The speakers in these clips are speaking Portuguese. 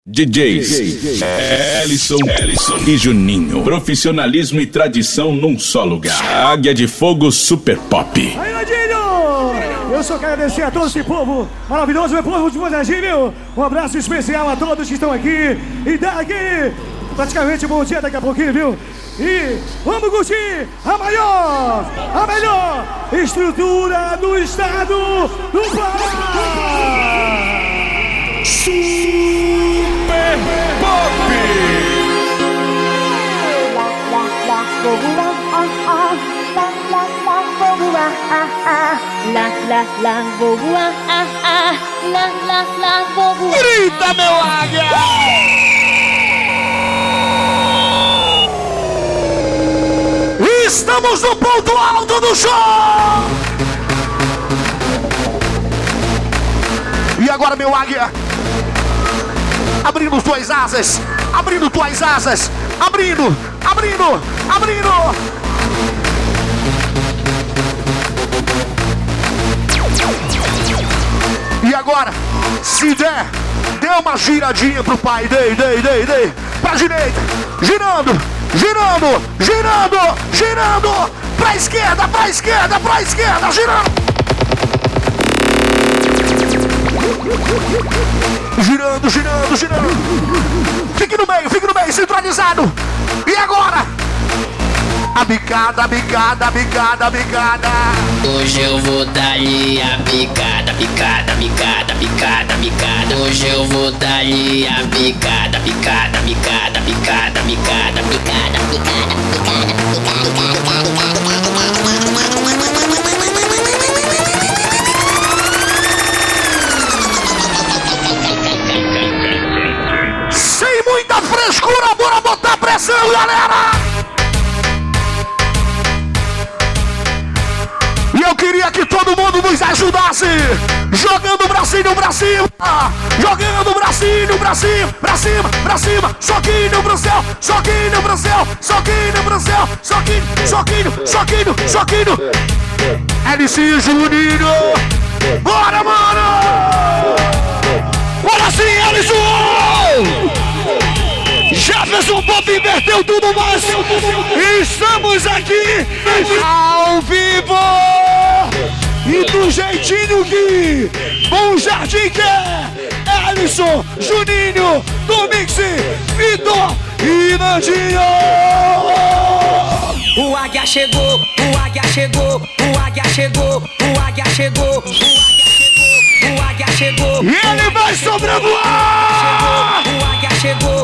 DJs Ellison e Juninho. Profissionalismo e tradição num só lugar. Águia de Fogo Super Pop. Aí, Ladinho! Eu só quero agradecer a todo esse povo maravilhoso, meu povo de Mozaji, viu? Um abraço especial a todos que estão aqui. E daqui, praticamente bom dia daqui a pouquinho, viu? E vamos curtir a melhor estrutura do estado do Pará! Super Pop! Grita, meu águia! Estamos no ponto alto do show! E agora, meu águia, abrindo tuas asas, abrindo, abrindo. E agora, se der, dê uma giradinha pro pai, dê, pra direita, girando, pra esquerda, girando. Girando. Fique no meio, sincronizado. E agora? A bicada. Hoje eu vou dar-lhe a bicada. Hoje eu vou dar-lhe a bicada. Sem muita frescura, bora botar pressão, galera! E eu queria que todo mundo nos ajudasse, jogando o bracinho pra cima, pra cima, soquinho pro céu, soquinho. LC e Juninho, bora, mano! Bora sim, Ellison! Jefferson Pop inverteu tudo, mas estamos aqui ao vivo e do jeitinho que Bom Jardim quer. Ellison, Juninho, Domix, Vitor e Nandinho. O águia chegou. E ele vai sobrevoar! O águia chegou.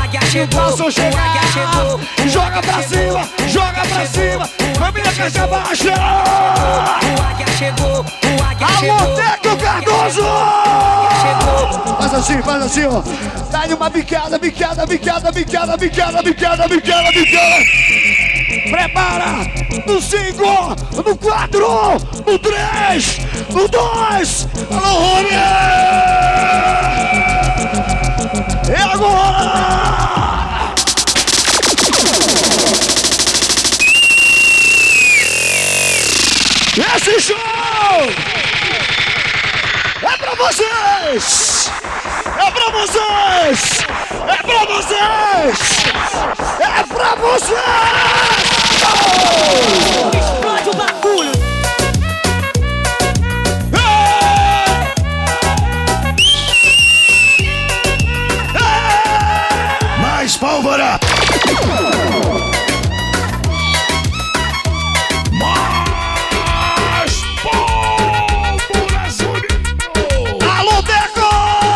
Joga pra cima, família Caixa Baixa! O águia chegou. Alô, Teco Cardoso! Faz assim, ó. Dá-lhe uma bicada. Prepara! No 5, no 4, no 3, no 2. Alô, Rony! É agora! Esse show é pra vocês! Explode o bagulho. Mais pólvora! Alô, Deco!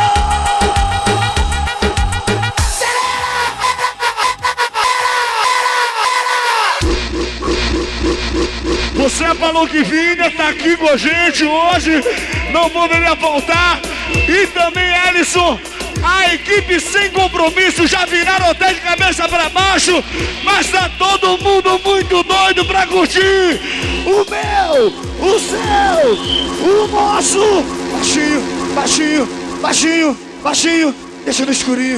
Você falou que vinha, tá aqui com a gente hoje, não poderia faltar. E também, Ellison, a equipe sem compromisso já viraram até de cabeça pra baixo, mas tá todo mundo muito doido pra curtir o meu, o seu, o nosso. Baixinho, deixa no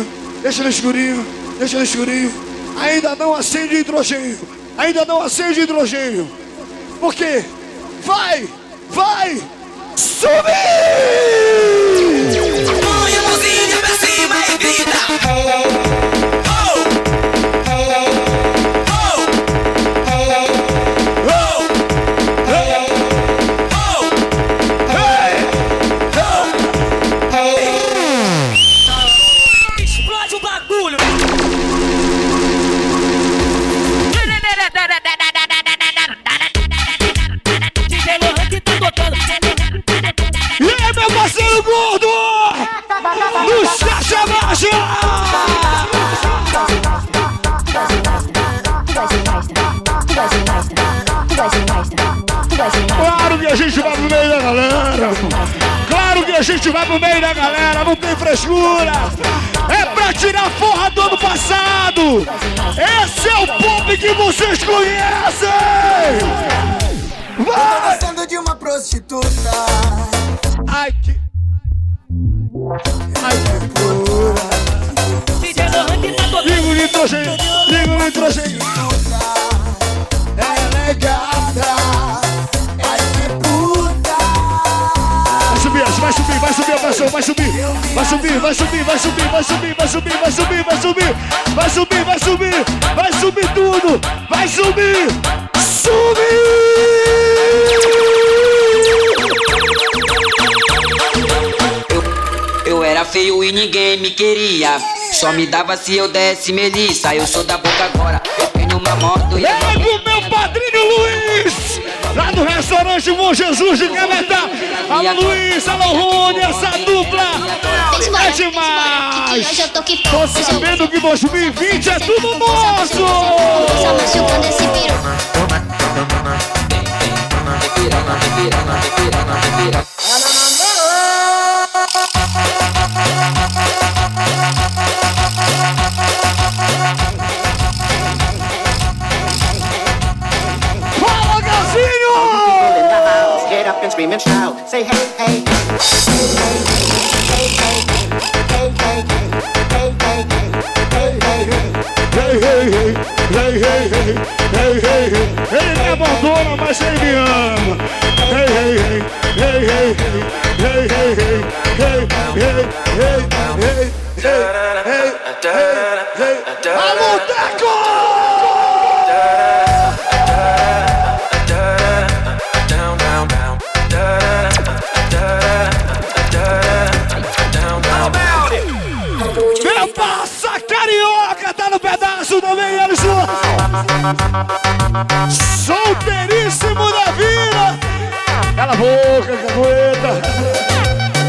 escurinho. Ainda não acende hidrogênio. Porque vai subir! Põe a mãozinha pra cima e grita. Explode o bagulho. DJ Lohan que tá tocando. E aí, meu parceiro gordo? No Chacha Baixa! Claro que a gente vai pro meio da galera. Claro que a gente vai pro meio da galera. Não tem frescura. É pra tirar forra do ano passado. Esse é o pop que vocês conhecem. Vai! Tô gostando de uma prostituta. Ai que... Ai que pura. DJ Lohan que tá tocando. Liga o nitrogênio. Liga o nitrogênio. Ela é gata. Ai que puta. Vai subir, vai subir, vai subir a pressão, vai subir. Vai subir, vai subir, vai subir, vai subir, vai subir, vai subir, vai subir. Vai subir, vai subir, vai subir tudo. Vai subir. Subir! Eu era feio e ninguém me queria. Só me dava se eu desse melissa. Eu sou da boca agora, eu tenho uma moto e É pro meu padrinho Luiz, lá do restaurante Bom Jesus de Cametá. Alô Luiz, alô Rony, essa dupla é demais. Hoje eu tô que Tô sabendo que 2020 é tudo nosso. Só machucando esse piru. Fala, Gazinho! Get up and scream and shout. Say hey, hey, hey, hey, hey, hey, hey, hey, hey, hey, hey, Hey, hey, hey, hey, hey, hey, hey, hey, hey. Ele me abandona, mas ele me ama. Hey, hey, hey, hey, hey, hey, hey, hey, hey, hey, hey, hey, hey, hey, hey. Alô, Deco! Meu passa carioca, tá no pedaço também, Alisson. Solteiríssimo da vida. Cala a boca, cagueta.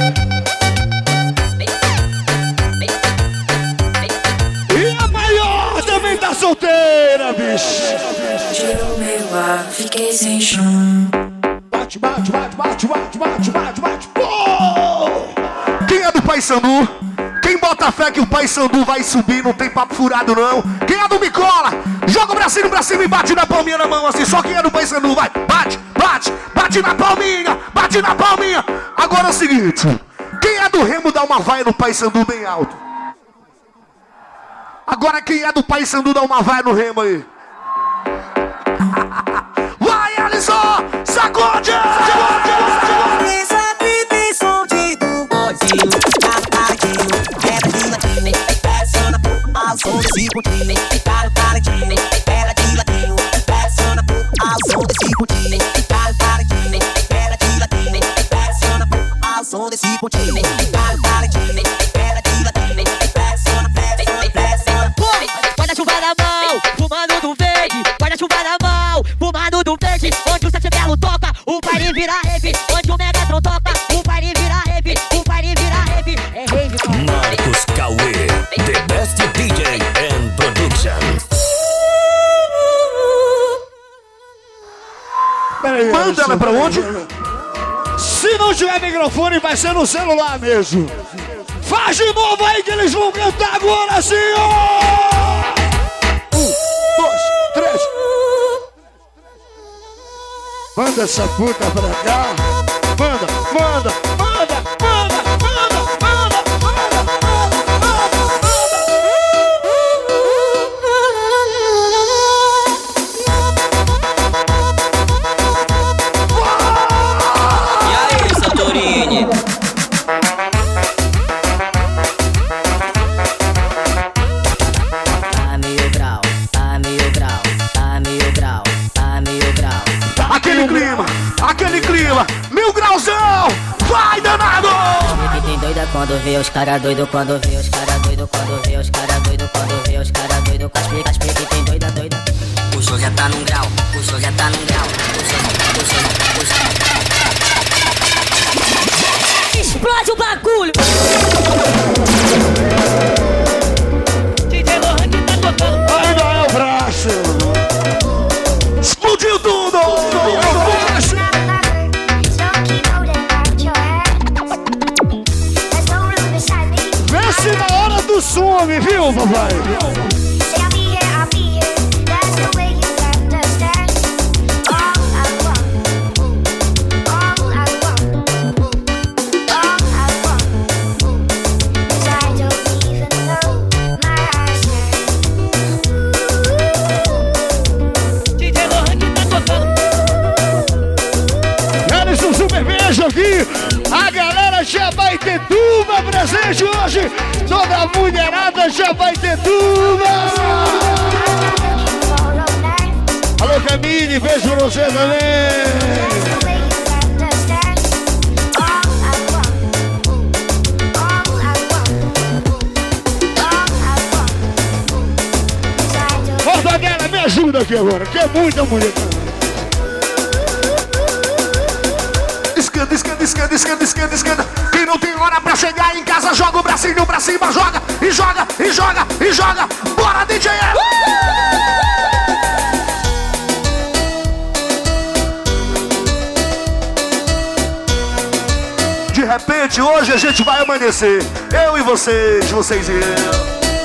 E a maior também tá solteira, bicho. Tirou meu ar, fiquei sem chão. Bate, bate, bate, bate, bate, bate, bate, bate. Pô! Quem é do Paysandu? Quem bota fé que o Paysandu vai subir, não tem papo furado não. Quem é do Bicola? Joga o bracinho pra cima e bate na palminha na mão assim. Só quem é do Paysandu, vai. Bate, bate, bate na palminha, bate na palminha. Agora é o seguinte. Quem é do Remo dá uma vaia no Paysandu bem alto. Agora quem é do Paysandu dá uma vaia no Remo aí. Vai, Alisson! Sacode! Guarda-chuva na mão, fumando do verde. Guarda-chuva na mão, fumando do verde. Onde o Sete Belo toca, o baile vira rave. Onde o Megatron toca, o baile vira rave. O baile vira rave, é rave. Marcos Cauê, the best DJ and production. Manda ela pra onde? Se não tiver microfone, vai ser no celular mesmo. Faz de novo aí que eles vão cantar agora assim, ó! 1, 2, 3. Manda essa puta pra cá. Manda, manda, manda, manda, manda, manda, manda, E aí, Santorini? quando vê os cara doido, quando vê os cara doido, quando vê os cara doido, quando vê os cara doido, com as pique que tem doida, doida. O show já tá num grau, o show já tá num grau, o show. Explode o bagulho! DJ Lohan que tá tocando. Ainda é o braço! Explodiu tudo! Vê se na hora do some, viu, papai? Aqui, a galera já vai ter tuba presente hoje. Toda a mulherada já vai ter tuba. Alô Camille, beijo pra você também. Ô Daniela, me ajuda aqui agora, que é muita mulher. Esquerda. Quem não tem hora pra chegar em casa, joga o bracinho pra cima, joga. Bora, DJ! De repente, hoje a gente vai amanhecer. Eu e vocês e eu.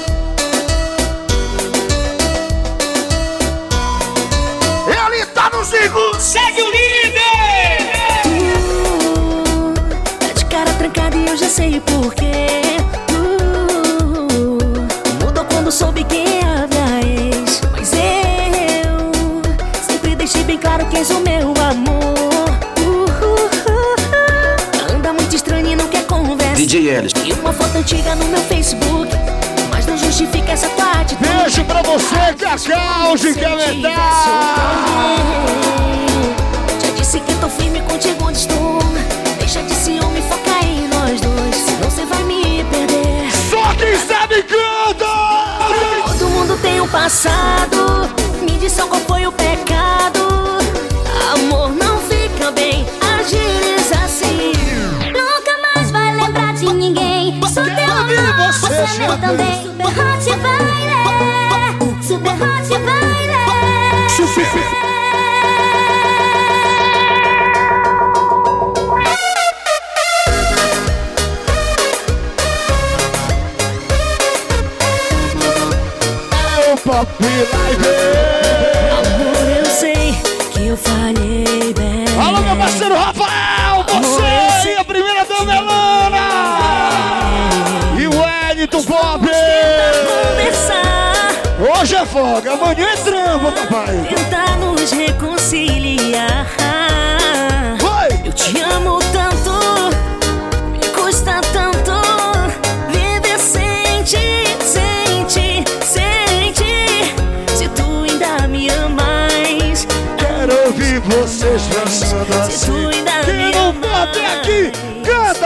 Ele tá no 5. Segue o líder! Trancada e eu já sei porquê. Mudou quando soube quem é a minha ex. Mas eu sempre deixei bem claro que és o meu amor. Anda muito estranho e não quer conversa. DJ Ellis. E uma foto antiga no meu Facebook, mas não justifica essa tua atitude. Beijo pra você, Cacau, de Cametá. Já disse que tô firme contigo onde estou. Deixa de ciúme, foca em nós dois, senão cê vai me perder. Só quem sabe canta! Todo mundo tem um passado, me diz só qual foi o pecado. Amor não fica bem, agires assim. Nunca mais vai lembrar de ninguém. Sou teu amor, você é meu também. Super Hot Baile, Super Hot Baile. Papi Live. Amor, eu sei que eu falhei bem. Alô, meu parceiro Rafael, você e a primeira da Melana. E o Wellington Pop. Hoje é folga, amanhã é trampo, papai. Tentar nos reconciliar. Vai. Eu te amo tanto, me custa tanto viver sem ti. Se tu ainda me amas, quero ouvir vocês dançando assim. Se tu ainda me amas, aqui, canta.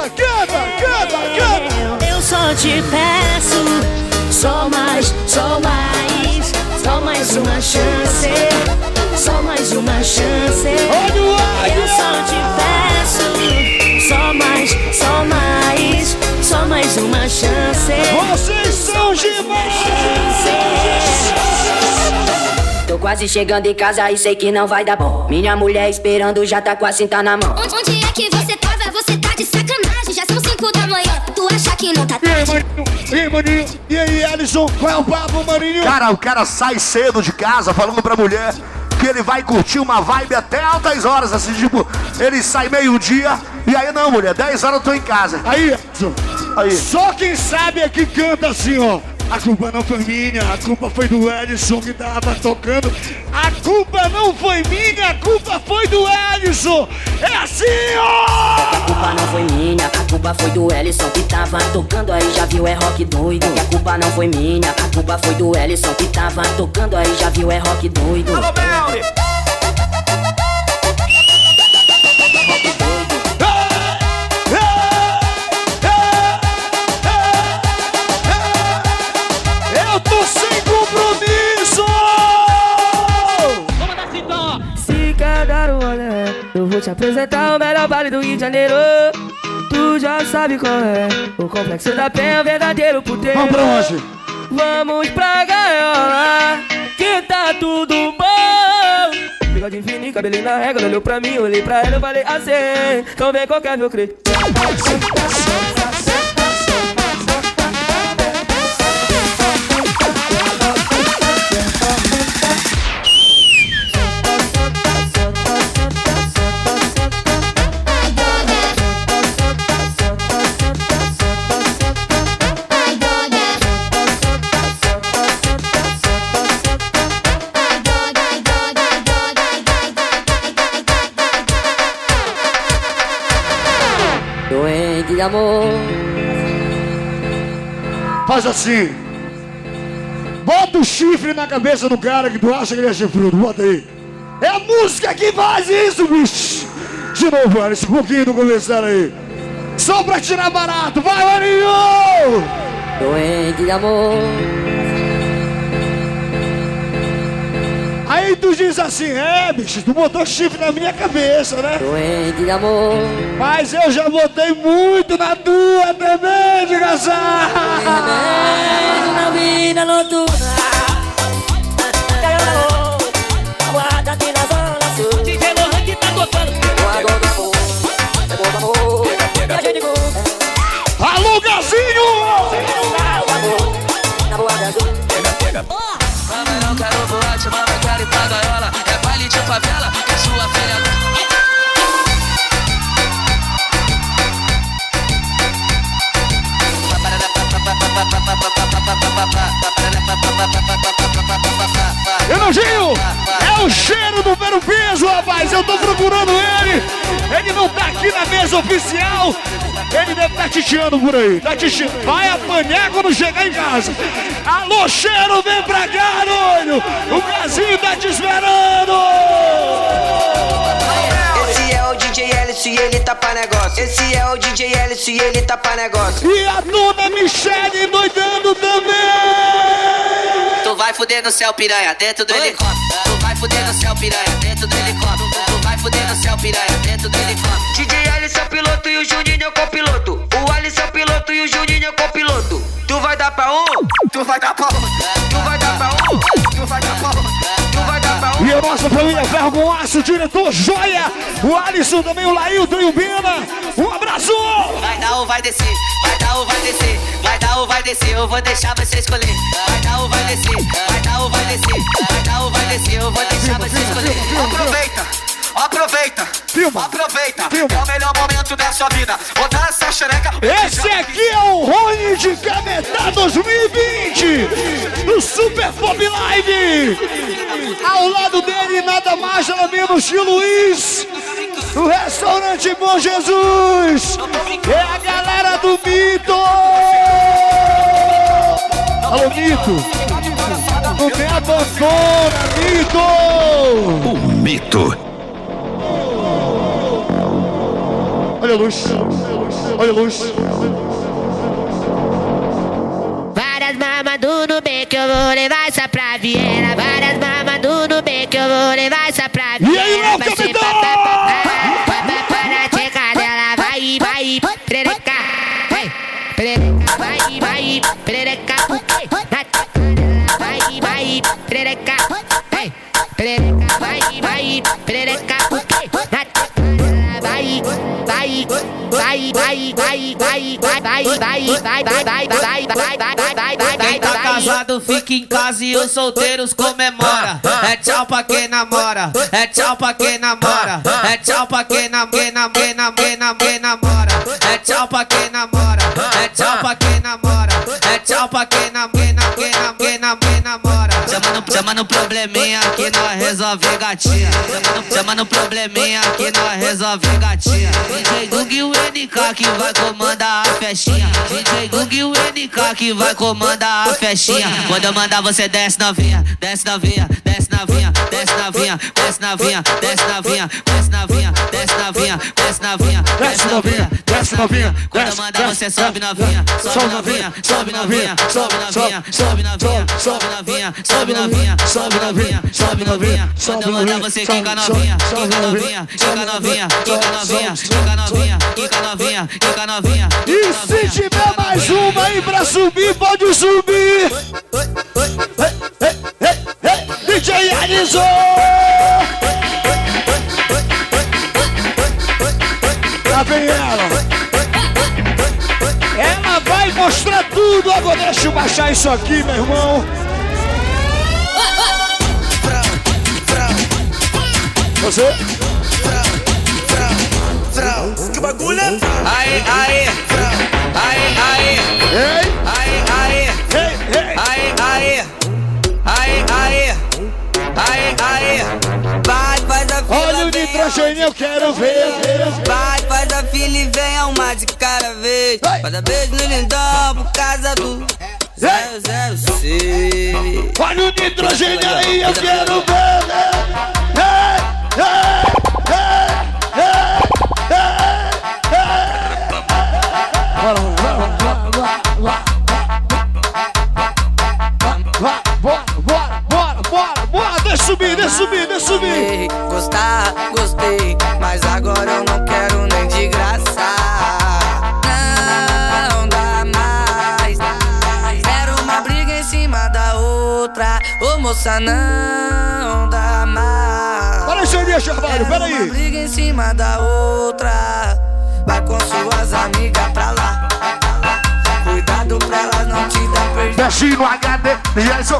Eu só te peço, só mais uma chance. Só mais uma chance. Eu só te peço, só mais uma chance. Vocês são demais. Tô quase chegando em casa e sei que não vai dar bom. Minha mulher esperando já tá com a cinta na mão. Onde é que você tava? Você tá de sacanagem. Já são 5 da manhã, tu acha que não tá tarde? E aí, maninho? E aí, Alisson? Qual é o papo, maninho? Cara, o cara sai cedo de casa falando pra mulher que ele vai curtir uma vibe até altas horas, assim, tipo, ele sai meio-dia e aí não, mulher, 10 horas eu tô em casa. Aí, só quem sabe é que canta assim, ó. A culpa não foi minha, a culpa foi do Ellison que tava tocando. A culpa não foi minha, a culpa foi do Ellison. É assim, ó! A culpa não foi minha, a culpa foi do Ellison que tava tocando aí, já viu, é rock doido. E a culpa não foi minha, a culpa foi do Ellison que tava tocando aí, já viu, é rock doido. Alô, Belly! te apresentar o melhor baile do Rio de Janeiro. Tu já sabe qual é o complexo da penha, verdadeiro puteiro. Vamos pra onde? Vamos pra gaiola, que tá tudo bom. Bigodinho fininho, cabelinho na régua, olhou pra mim, olhei pra ela, eu falei assim, então vem qualquer meu crer. Doente de amor. Faz assim. Bota o chifre na cabeça do cara que tu acha que ele é chifrudo. Bota aí. É a música que faz isso, bicho. De novo, Alisson, um pouquinho do começar aí. Só pra tirar barato. Vai, Marinho! Doente de amor. Aí tu diz assim, bicho, tu botou chifre na minha cabeça, né? Doente de amor. Mas eu já botei muito na tua também, desgraçado. Remédio na vida noturna. Guarda aqui na zona sul. DJ Lohan que tá tocando. Alô, Gazinho! Mama, não quero boate, mama, quero ir pra gaiola. É baile de favela, é sua filha. Elogio! É o cheiro do Vero Peso, rapaz! Eu tô procurando ele! Ele não tá aqui na mesa oficial! Ele deve estar titiando por aí! Tá titiando! Vai apanhar quando chegar em casa! Alô, cheiro, vem pra cá, doido! O Brasil tá te esperando! Esse é o DJ Ellison e ele tá pra negócio. Esse é o DJ Ellison e ele tá pra negócio. E a dona Michele doidando também! Tu vai fuder no céu, piranha, dentro do helicóptero. Tu vai fuder no céu, piranha, dentro do helicóptero. Tu vai fuder no céu, piranha, dentro do helicóptero. DJ Ellison é o piloto e o Juninho é o copiloto. O Ellison é o piloto e o Juninho é o copiloto. Tu vai dar pra um, tu vai dar pra outro. Tu vai dar pra um, tu vai dar pra outro. Tu vai dar pra um. E a nossa família Ferro com Aço, diretor Joia, o Alisson também, o Lailton e o Bina. Um abraço! Vai dar ou vai descer, vai dar ou vai descer, vai dar ou vai descer, eu vou deixar você escolher. Vai dar ou vai descer, vai dar ou vai descer, vai dar ou vai descer, eu vou deixar você escolher. Aproveita, aproveita, aproveita. É o melhor momento da sua vida. Vou dar essa xereca. Esse aqui é o Rony de Cametá 2020 do Super Pop Live. Ao lado dele, nada mais, nada menos que o Luiz, do restaurante Bom Jesus. É a galera do Mito. Alô, Mito. Não me abandona, Mito. O Mito. Olha a luz. Olha a luz. Várias mamas do Nubank, eu vou levar essa pra Viena. Várias mamas do Nubank, eu vou levar essa pra Viena. E aí, meu capitão? Na tcheca dela, vai, perereca. Vai, perereca. Na tcheca dela, vai, perereca. Perereca, vai, perereca. Na tcheca dela, vai. Quem tá casado fica em casa e os solteiros comemora. É tchau pra quem namora, é tchau pra quem namora, é tchau pra quem namora, é tchau pra quem namora, é tchau pra quem namora, é tchau pra quem namora. Chama no probleminha que nós resolve gatinha. Chama no probleminha que nós resolve gatinha. DJ Gug e o NK que vai comandar a festinha. DJ Gug e o NK que vai comandar a festinha. Quando eu mandar você desce novinha, desce novinha, desce novinha. novinha, desce novinha, desce novinha, desce novinha, desce novinha, desce novinha, desce novinha, desce novinha, desce novinha. Quando eu mandar você sobe novinha, sobe novinha, sobe novinha, sobe novinha, sobe novinha, sobe novinha, sobe novinha, sobe novinha, sobe novinha. Quando eu mandar você quica novinha, quica novinha, quica novinha, quica novinha, quica novinha, quica novinha, quica novinha. E se tiver mais uma aí pra subir, pode subir. DJ Alisson! Lá vem ela. Ela vai mostrar tudo. Agora deixa eu baixar isso aqui, meu irmão. Você? Que bagulho é? Aê, aê, aê, aê, ei, aê, aê, aê, aê, aê, aê, aê, aê. Vai, faz a fila. Olha o nitrogênio, eu quero ver. Vai, faz a fila e vem uma de cada vez. Cada beijo no lindão por causa do 006. Olha o nitrogênio aí, eu quero ver. Bora, deixa subir. Gostar, gostei, mas agora eu não quero nem de graça. Não dá mais. Era uma briga em cima da outra. Ô moça, não dá mais. Para isso aí, Charvalho, peraí. Uma briga em cima da outra. Vai com suas amigas pra lá. Cuidado pra elas não te dar perdido. Mexe no HD, mexe.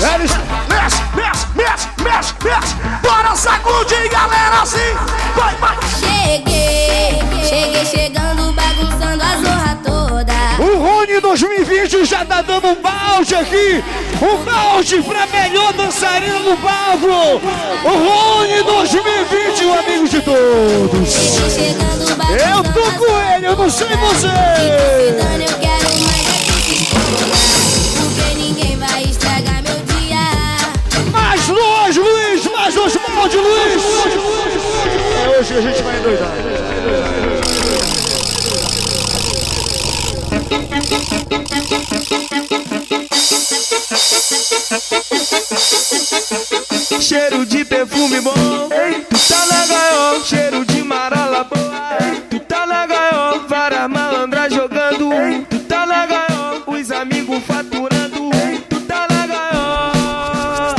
Bora sacudir, galera, assim. Vai. Cheguei chegando, bagunçando a zorra toda. O Rony 2020 já tá dando um balde aqui. Um balde pra melhor dançarina do palco. O Rony 2020, o amigo de todos. Eu tô com ele, eu não sei você. Eu quero mais aqui, porque ninguém vai estragar meu dia. Mais dois, Luiz, mais dois balde, Luiz. É hoje que a gente vai endoidar. Cheiro de perfume bom, tu tá na gaiola. Cheiro de marola boa, tu tá na gaiola. Várias malandras jogando, tu tá na gaiola. Os amigos faturando, tu tá na gaiola.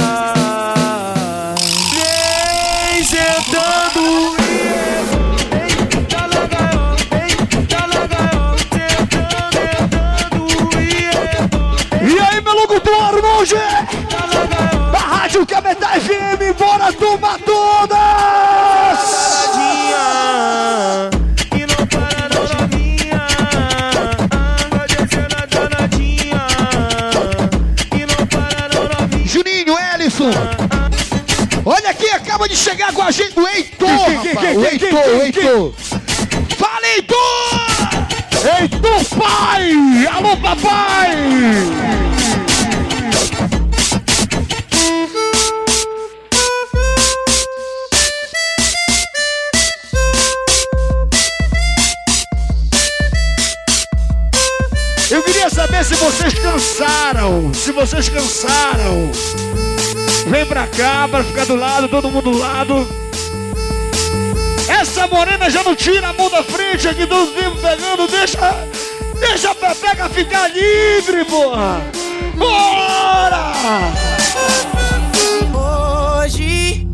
Vem sentando, tu tá na gaiola. Tu tá na gaiola, sentando, e aí, meu locutor, monge? Da Rádio Cabetá FM, bora turma todas! E não para não novinha, vai descendo a danadinha. E não para não novinha. Juninho, Ellison, olha aqui, acaba de chegar com a gente o Heitor, rapaz. O Heitor. Fala, Heitor! Heitor, pai! Alô, papai! Eu queria saber se vocês cansaram. Vem pra cá, pra ficar do lado, todo mundo do lado. Essa morena já não tira a mão da frente aqui, dos vivos pegando. Deixa a Pepeca ficar livre, porra. Bora! Hoje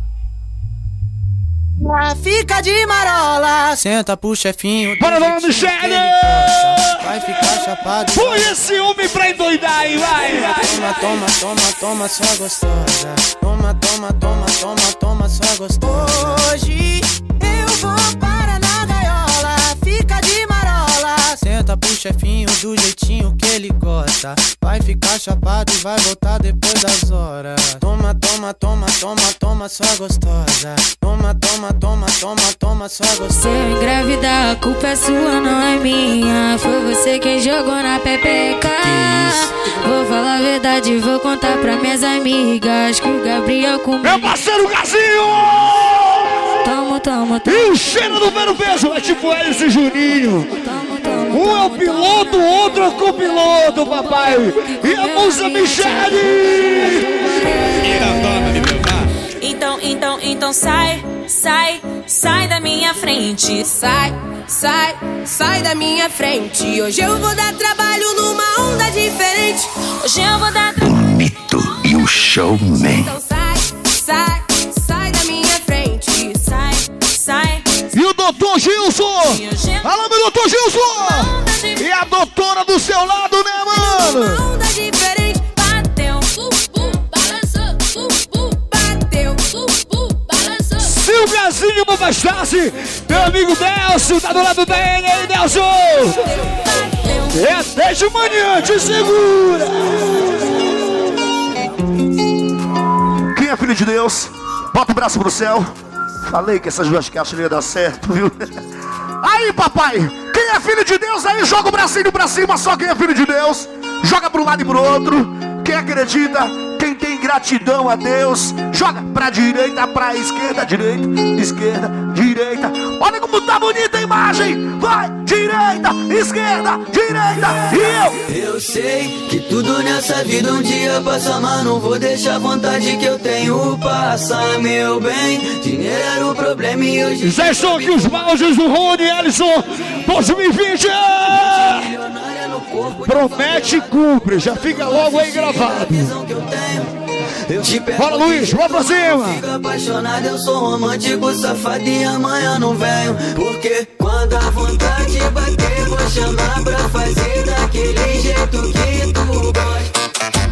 fica de marola. Senta pro chefinho. Bora, dona Michele! Vai ficar chapado. Põe esse homem pra endoidar aí, vai! Toma, só gostosa. Toma, só gostosa. Hoje eu vou para na gaiola. Fica de marola. apresenta pro chefinho do jeitinho que ele gosta. Vai ficar chapado e vai voltar depois das horas. Toma, toma, toma, toma, toma, sua gostosa. Toma, toma, toma, toma, toma, sua gostosa. Se eu engravidar, a culpa é sua, não é minha. Foi você quem jogou na pepeca. Vou falar a verdade, vou contar pra minhas amigas que o Gabriel comigo. Meu parceiro Gazinho! Tamo, tamo, tamo. E o cheiro do Vero Peso é tipo Hélice e Juninho. Um é o piloto, o outro é o copiloto, papai. E a musa Michele! Então sai da minha frente. Sai da minha frente. Hoje eu vou dar trabalho numa onda diferente. Hoje eu vou dar trabalho. O mito e o showman. Então sai da minha frente. Sai. E o doutor Gilson! Alô, meu doutor Gilson! E a doutora do seu lado, né, mano? Uma onda diferente. Bateu, balançou, bateu, balançou. Silviazinho Bobastasse, meu amigo Delcio, tá do lado dele aí, Delcio! É até de manhã, te segura! Quem é filho de Deus? Bota o braço pro céu. Falei que essas duas caixas não ia dar certo, viu? Aí, papai, quem é filho de Deus aí, joga o bracinho pra cima. Só quem é filho de Deus, joga pro lado e pro outro. Quem acredita, quem tem gratidão a Deus, joga pra direita, pra esquerda, direita, esquerda, direita. Olha como tá bonita a imagem. Vai, direita, esquerda, direita. E eu sei que tudo nessa vida um dia passa, mas não vou deixar a vontade que eu tenho passar, meu bem. Dinheiro era o problema e hoje... Já estou aqui os baldes do Rony Ellison 2020. Promete e cumpre, já fica logo aí gravado. Bora, Luiz, bora pra cima. Fico apaixonado, eu sou romântico, safado e amanhã não venho. Porque quando a vontade bater, vou chamar pra fazer daquele jeito que tu gosta.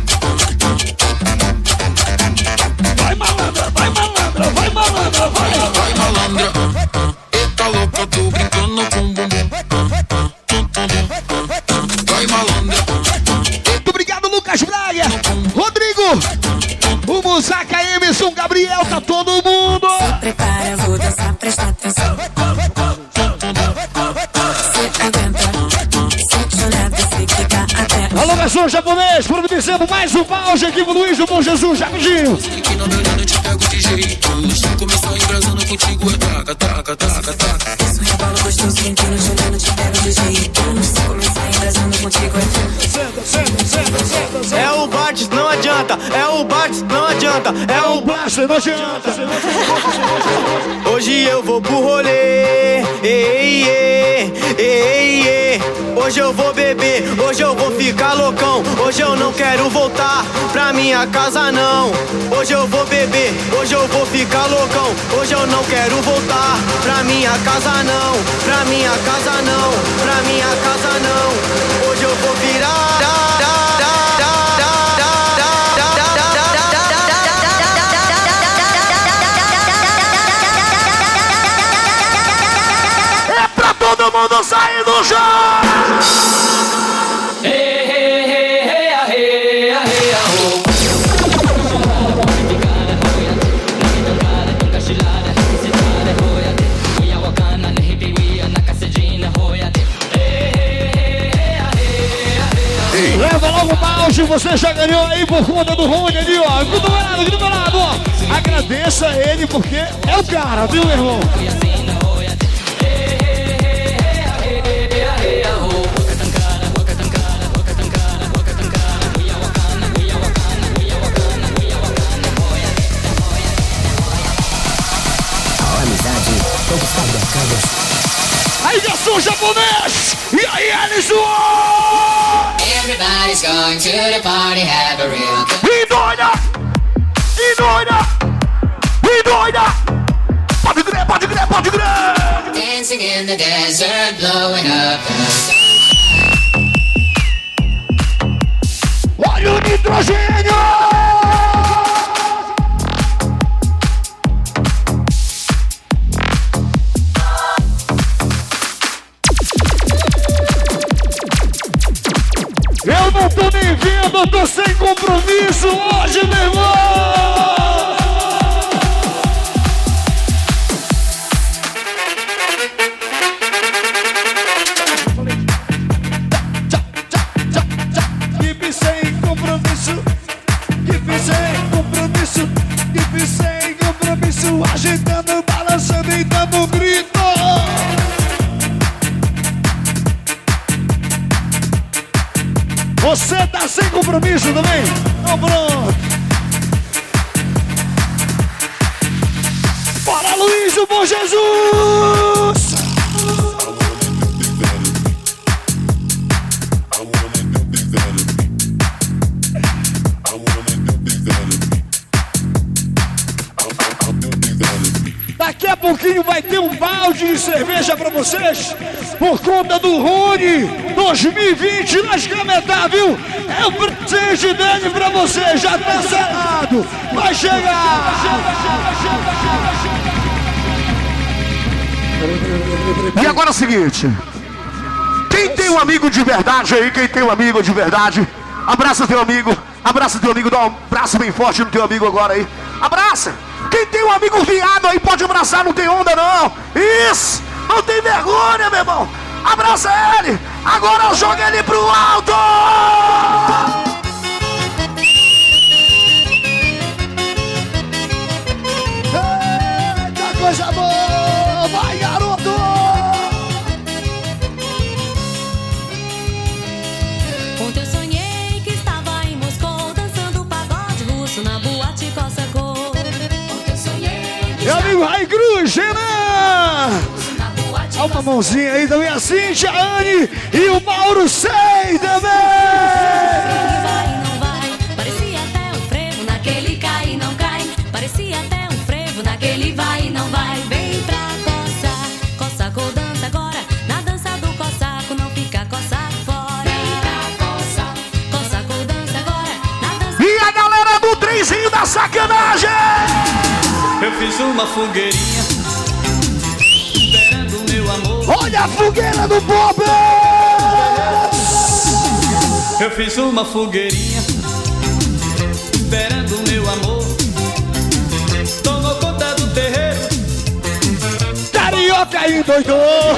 Vai malandra, vai malandra, vai malandra, vai malandra. Eita louca, tô brincando com bumbum. Vai malandra. Muito obrigado, Lucas Braga, Rodrigo, o Musaca, Emerson, Gabriel, tá todo mundo. Se prepara, vou dançar, presta atenção. Se aguenta, se chorar, você fica até. Alô, garçom japonês, providenciando mais um balde aqui pro Luiz do Bom Jesus, rapidinho. Que não me olhando, te pego de jeito. Se começar embrasando contigo, é taca, taca, taca, taca. Isso é balo gostoso, quentino, jogando, te pego de jeito. Se começar embrasando contigo, é É o Bart, não adianta. É o Bart, não adianta. É o Bart, não adianta. Hoje eu vou pro rolê. Ei, ei, ei, ei. Hoje eu vou beber, hoje eu vou ficar loucão. Hoje eu não quero voltar pra minha casa não. Hoje eu vou beber, hoje eu vou ficar loucão. Hoje eu não quero voltar pra minha casa não. Pra minha casa não, pra minha casa não. Hoje eu vou virar. É pra todo mundo sair do chão. Leva logo o balde, você já ganhou aí por conta do Rony ali, ó. Aqui do meu lado, ó. Agradeça ele porque é o cara, viu, meu irmão? A amizade conquistada a cada... Aí, garçom japonês! E aí, Ellison! Everybody's going to the party, have a real good. E doida! E doida! E doida! Pode crer, pode crer, pode crer! Dancing in the desert, blowing up the sun. Olha o nitrogênio! compromisso hoje, meu irmão! Equipe sem compromisso, equipe sem compromisso, equipe sem compromisso, agitando, balançando e dando um grito. Você tá sem compromisso também? Então pronto. Bora, Luiz, o bom Jesus! Daqui a pouquinho vai ter um balde de cerveja pra vocês, por conta do Rony 2020 na Escametá, viu? É o presente dele pra você, já tá selado, vai chegar! E agora é o seguinte, quem tem um amigo de verdade aí, quem tem um amigo de verdade, abraça teu amigo, dá um abraço bem forte no teu amigo agora aí, abraça! Quem tem um amigo viado aí pode abraçar, não tem onda não. Isso, não tem vergonha, meu irmão. Abraça ele, agora joga ele pro alto. Eita, coisa boa, vai garoto. Ontem eu sonhei que estava em Moscou, dançando pagode russo na boate Cossacô. Meu amigo Rai Cruz, Renan! Dá uma mãozinha aí também, a Cintia, a Anne e o Mauro Sei também! Vai e não vai, parecia até um frevo naquele cai e não cai. Parecia até um frevo naquele vai e não vai. Vem pra coçar, Cossacô dança agora. Na dança do Cossaco não fica Cossaco fora. Vem pra coçar, Cossacô dança agora. Na dança... E a galera do trenzinho da sacanagem! Eu fiz uma fogueirinha esperando o meu amor. Olha a fogueira do Bob! Eu fiz uma fogueirinha esperando o meu amor. Tomou conta do terreiro. Carioca aí, doido!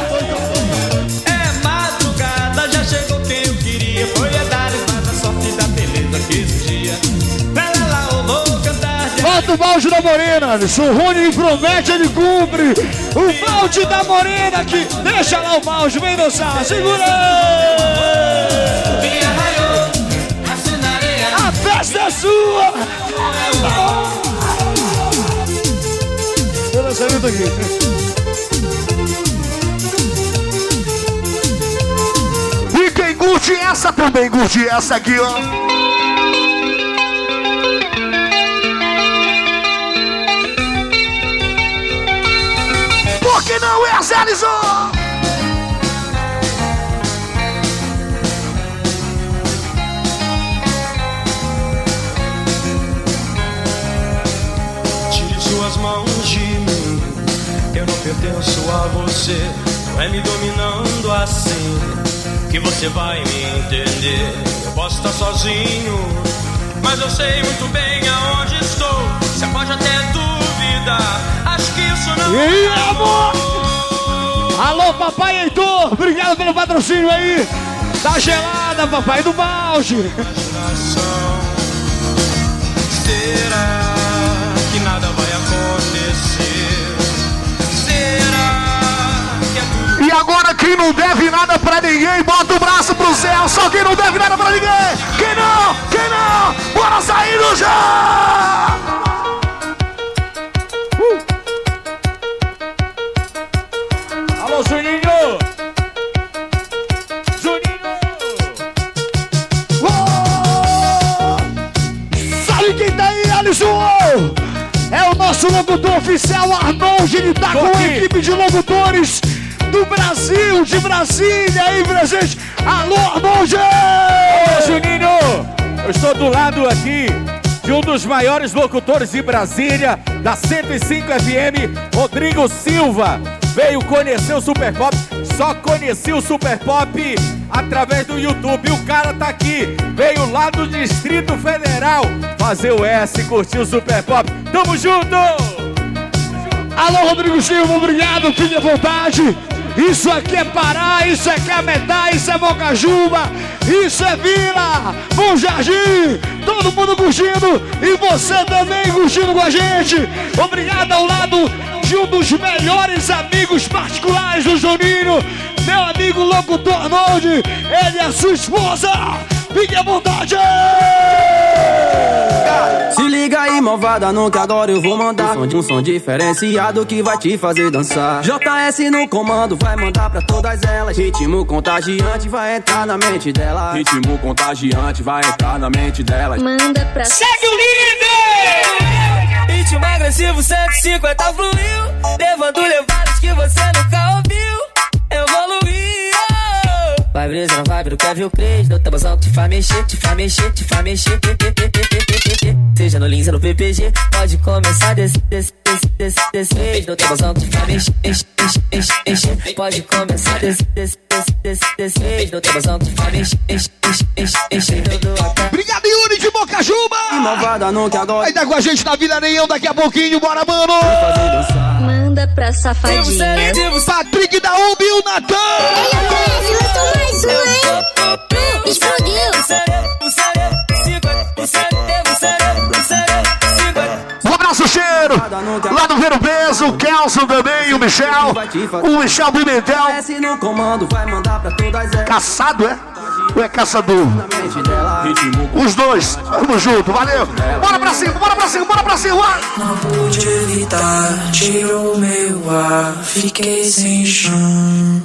É madrugada, já chegou quem eu queria. Foi a dar mais a sorte da beleza que surgia. Lá, eu vou cantar. Bota o balde da morena, Alisson. O Rony promete, ele cumpre. O balde da morena que deixa lá o balde, vem dançar, segura! A festa é sua! Meu lançamento aqui. E quem curte essa também curte essa aqui, ó. Por que não é, Zé Alisson? Tire suas mãos de mim, eu não pertenço a você. Não é me dominando assim que você vai me entender. Eu posso estar sozinho, mas eu sei muito bem aonde estou. Você pode até duvidar, acho que isso não é. E aí, amor? Alô, papai Heitor, obrigado pelo patrocínio aí. Tá gelada, papai do balde. Será que nada vai acontecer? Será que é tudo? E agora quem não deve nada pra ninguém, bota o braço pro céu. Só quem não deve nada pra ninguém. Quem não? Quem não? Bora sair no já! Alô, Juninho! Juninho! Sabe quem tá aí, Alisson? É o nosso locutor oficial, Arnold. Ele tá com a equipe de locutores do Brasil, de Brasília aí presente. Alô, Arnold! Ô, Juninho! Eu estou do lado aqui de um dos maiores locutores de Brasília, da 105 FM, Rodrigo Silva. Veio conhecer o Super Pop. só conheci o Super Pop através do YouTube. O cara tá aqui, veio lá do Distrito Federal fazer o S, curtir o Super Pop. Tamo junto! Alô, Rodrigo Silva, obrigado, fique à vontade. Isso aqui é Pará, isso aqui é Metá, isso é Bocajuba, isso é Vila, Bom Jardim, todo mundo curtindo e você também curtindo com a gente. Obrigado ao lado de um dos melhores amigos particulares do Juninho, meu amigo locutor Arnold, ele e a sua esposa. Fique à vontade! Se liga aí, malvada, no que agora eu vou mandar um som diferenciado que vai te fazer dançar. JS no comando, vai mandar pra todas elas. Ritmo contagiante vai entrar na mente dela. Ritmo contagiante vai entrar na mente delas. Manda pra... Segue o líder! Ritmo agressivo 150 fluiu, levando levadas que você nunca ouviu. Evoluiu. Vai brisa, não vai, não quer ver o Cres. No tabuzão que te faz mexer, te faz mexer, te faz mexer. Seja no Lins ou no PPG, pode começar desse. No tabuzão que te faz mexer, pode começar desse. No tabuzão que te faz mexer. Obrigado, Yuri de Bocajuba! Malvada, não que agora. Aí tá com a gente na Vila Areião daqui a pouquinho, bora, mano! Manda pra safadinha. Patrick da UB e o Natan! Mais um, hein? Explodiu! Um abraço, cheiro! Lá do Vero Peso, o Kelson também, o Michel Pimentel. Caçado, é? Ou é caçador? Os dois, tamo junto, valeu! Bora pra cima, bora pra cima, bora pra cima! Não pude evitar, tirou meu ar, fiquei sem chão.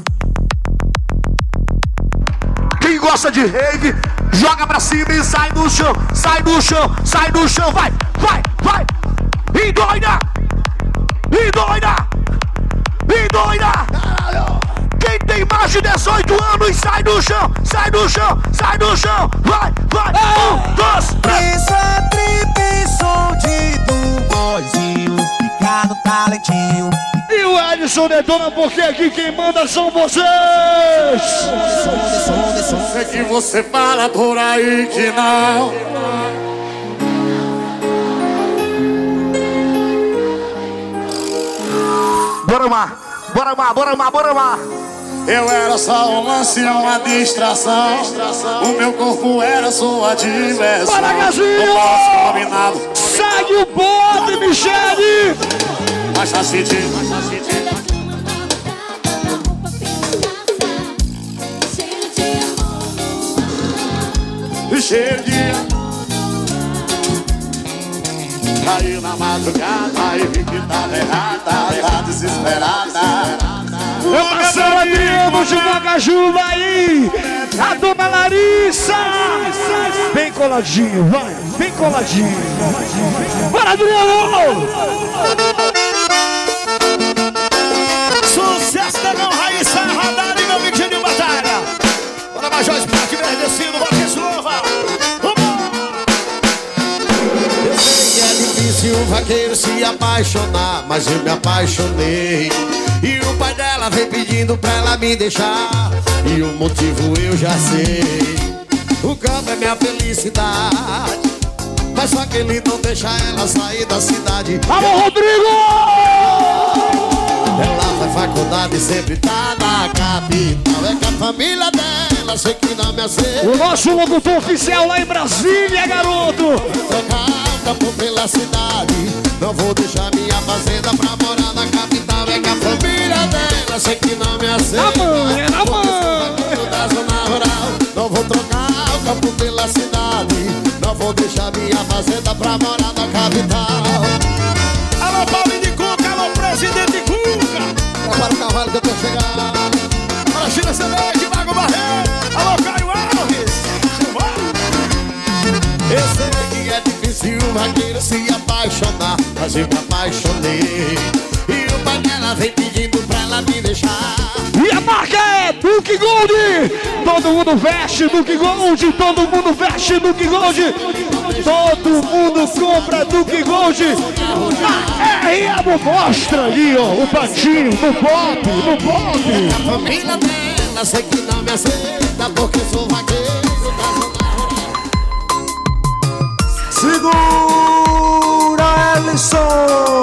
Quem gosta de rave, joga pra cima e sai do chão, sai do chão, sai do chão, vai, vai, vai! E doida! E doida! E doida! Quem tem mais de 18 anos, sai do chão, sai do chão, sai do chão, vai, vai! 1, 2, 3! Essa trip som de do boizinho, fica no talentinho. E o Edson detona porque aqui quem manda são vocês! É que você fala por aí que não. Bora lá, bora lá, bora lá, bora lá! Eu era só um lance, uma distração. O meu corpo era sua diversão. Bora, Gazinho! Combinado. Segue o bote, Michele! Mas tá sentindo, mas tá sentindo. Cheio de caiu na madrugada e vi que tava errada, desesperada. Meu parceiro Adriano de Bocajuba aí, a dona Larissa. Bem coladinho, vai, bem coladinho. Bora, Adriano! Sucesso da Não Raíssa, rodada e meu vídeo de batalha. Bora, Major Esporte Verdecido, bora que slova. Eu sei que é difícil o vaqueiro se apaixonar, mas eu me apaixonei. E o pai dela vem pedindo pra ela me deixar, e o motivo eu já sei. O campo é minha felicidade, mas só que ele não deixa ela sair da cidade. Alô, Rodrigo! Ela faz faculdade e sempre tá na capital. É que a família dela sei que não me aceita. O nosso locutor oficial lá em Brasília, garoto! Trocar o campo pela cidade, não vou deixar minha fazenda pra morar na capital. É que a família dela sei que não me aceita. Na mãe, é na mãe! Da zona rural, não vou trocar o campo pela cidade, não vou deixar minha fazenda pra morar na capital. Alô, Paulinho de Cuca, alô, presidente Cuca. Prepara o cavalo que eu tô chegando. Para China Celeste, Mago Barreiro. Alô, Caio Alves. Eu sei que é difícil o vaqueiro se apaixonar, mas eu me apaixonei. E o pai dela vem pedindo pra ela me deixar. E a marca é Duke Gold! Todo mundo veste Duke Gold, todo mundo veste Duke Gold! Todo mundo compra Duke Gold. A RM mostra ali, ó, o patinho, no pop, no pop. A família dela sei que não me aceita porque sou vaqueiro. Segura, Ellison.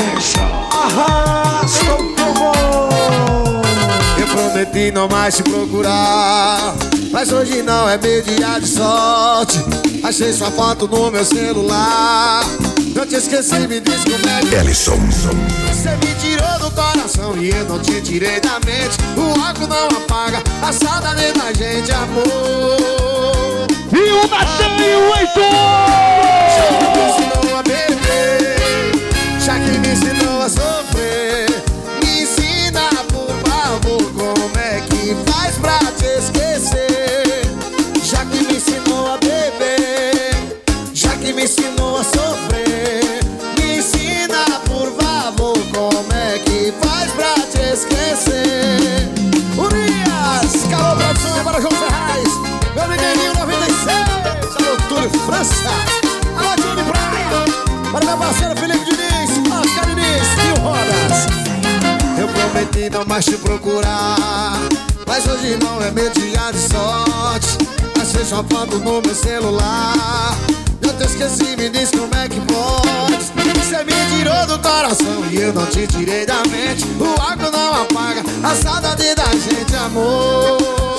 Arrasta o povão. Eu prometi não mais te procurar, mas hoje não é meu dia de sorte. Achei sua foto no meu celular. Eu te esqueci, me diz como é que Ellison. você me tirou do coração e eu não te tirei da mente. O álcool não apaga a saudade da gente, amor. E o Natan e o Já que me ensinou a beber, já que me ensinou a sofrer, me ensina por favor como é que faz pra te esquecer. Já que me ensinou a beber, já que me ensinou a sofrer, me ensina por favor como é que faz pra te esquecer. Urias, calor produção, agora João Ferraz, meu amiguinho 96, alô Túlio França, alô Júlio Praia, para meu parceiro Felipe Diniz, Oscar Diniz e o Rodas. Eu prometi não mais te procurar, mas hoje não é meu dia de sorte. Achei sua foto no meu celular. Eu te esqueci, me diz como é que pode. Você me tirou do coração e eu não te tirei da mente. O álcool não apaga a saudade da gente, amor.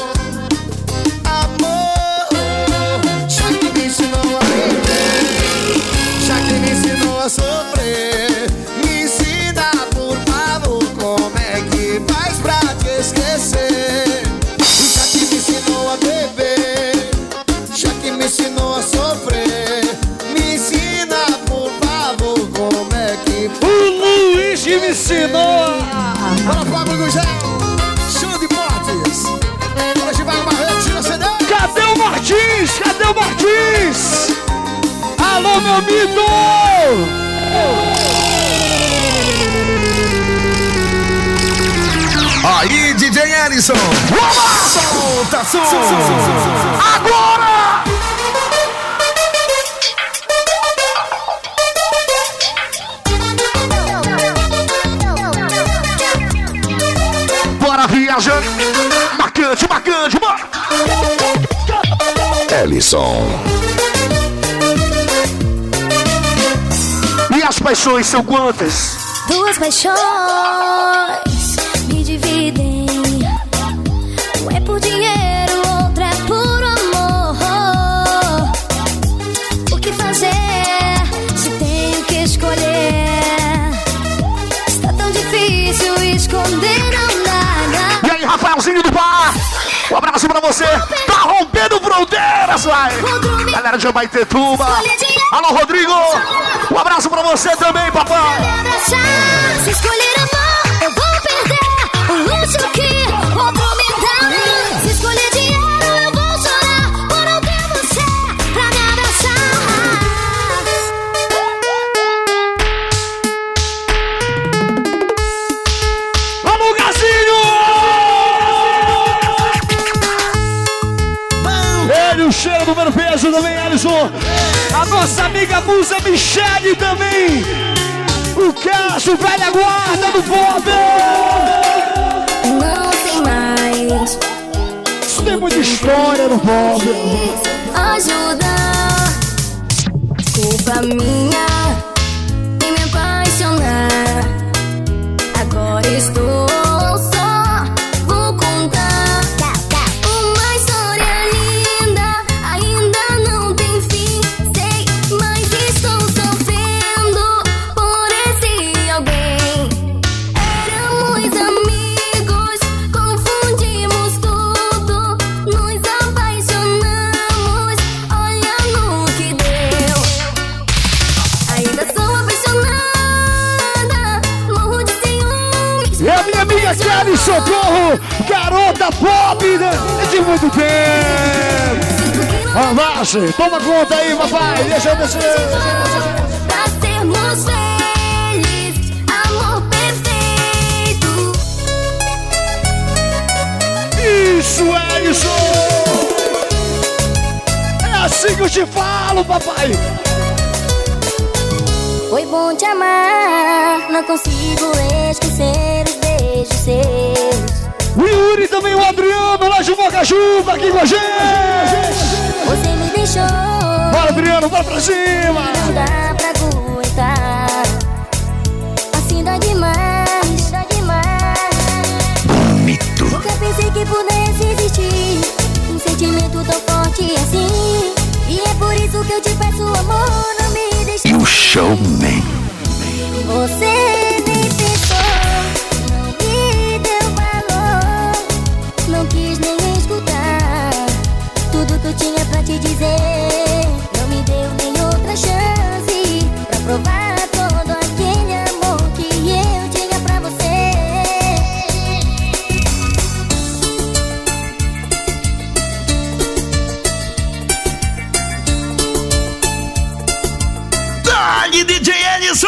Amor, já que me ensinou a viver, já que me ensinou a sofrer, me ensina por favor como é que faz pra te esquecer. Já que me ensinou a beber, já que me ensinou a sofrer, me ensina por favor como é que faz. O Luiz que me ensinou. Bora, Pablo Gugel, show de portes. Hoje vai uma rede, tira CD. Cadê o Martins? Cadê o Martins? Alô, meu mito! Aí, DJ Ellison. Solta som. Agora! Bora viajando. Marcante, marcante, bora! Ellison. E as paixões são quantas? Duas paixões me dividem. Um é por dinheiro, outra é por amor. O que fazer se tenho que escolher? Está tão difícil esconder, não dá. E aí, Rafaelzinho do Bar, um abraço pra você. Tá rompendo fronteiras, vai. Galera de Abaetetuba. Alô, Rodrigo. Um abraço pra você também, papai. Se escolher amor, eu vou perder o luxo que outro me dá. Se escolher dinheiro, eu vou chorar por não ter você pra me abraçar. Vamos, Gazinho! Ele, o cheiro do meu peso também, Ellison. A nossa amiga Musa Michele também. O Cássio, velha guarda do Bob. Não tem mais. Isso tem muita história no Bob. Ajuda, culpa minha em me apaixonar. Agora estou só, vou contar uma história linda. Ainda não tem fim, sei, mas estou sofrendo por esse alguém. Éramos amigos, confundimos tudo, nos apaixonamos, olha no que deu. Ainda sou apaixonada, morro de ciúmes. E a minha amiga Kelly Socorro, garota pop, né? É de muito tempo. Avance, toma conta aí, papai. Deixa eu descer. Pra sermos felizes, amor perfeito. Isso, Ellison. É assim que eu te falo, papai. Foi bom te amar, não consigo esquecer os beijos seus. O Yuri também, o Adriano, lá de Bocaju, tá aqui com a gente. Você me deixou. Bora, Adriano, bora pra cima. Não dá pra aguentar. Assim dá demais, dá demais. Mito. Nunca pensei que pudesse existir um sentimento tão forte assim. E é por isso que eu te peço, amor, não me deixe. E o showman. Você nem pensou, não me deu valor, não quis nem escutar tudo que eu tinha pra te dizer. Não me deu nem outra chance pra provar todo aquele amor que eu tinha pra você. Dali, DJ Ellison!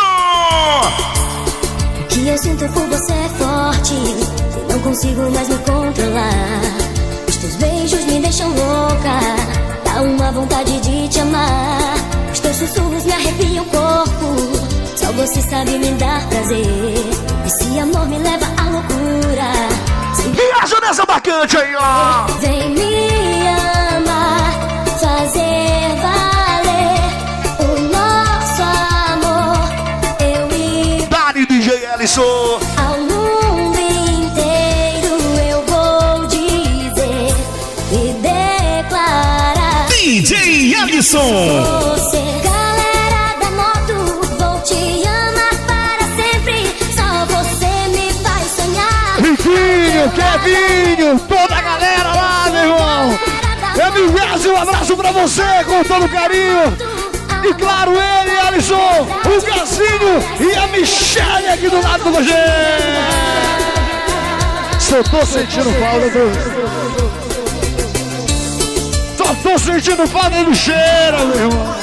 O que eu sinto por você é forte, eu não consigo mais me controlar. Os teus beijos me deixam louca, dá uma vontade de te amar. Os teus sussurros me arrepiam o corpo, só você sabe me dar prazer. Esse amor me leva à loucura. Viaja nessa bacante aí, ó! Vem me amar, fazer valer o nosso amor. Eu e Dali, DJ Ellison! ao mundo inteiro eu vou dizer e declarar. DJ Ellison! Você, galera da moto, vou te amar para sempre. Só você me faz sonhar. Riquinho, Kevinho, toda a galera lá, meu irmão! MVS, um abraço pra você, com todo carinho! E claro, ele, Ellison, o Gazinho e a Michelle aqui do lado da gente! Só tô sentindo falta do... Só tô sentindo falta do cheiro, meu irmão!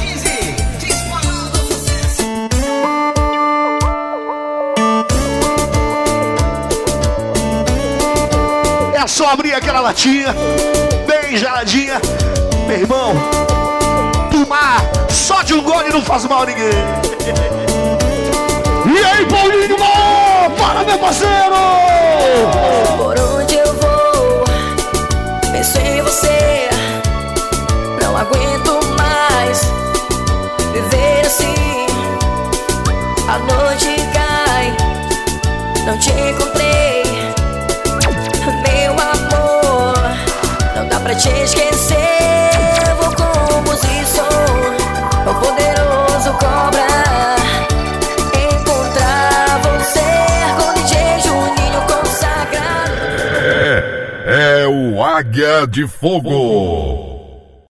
É só abrir aquela latinha, bem geladinha, meu irmão. Tomar só de um gole não faz mal a ninguém. E aí, Paulinho, para, meu parceiro! Por onde eu vou, penso em você. Não aguento mais viver assim. A noite cai, não te encontrei. Meu amor, não dá pra te esquecer. Vou como se sou o poderoso cobra. Encontrar você com DJ Juninho consagrado. É o Águia de Fogo.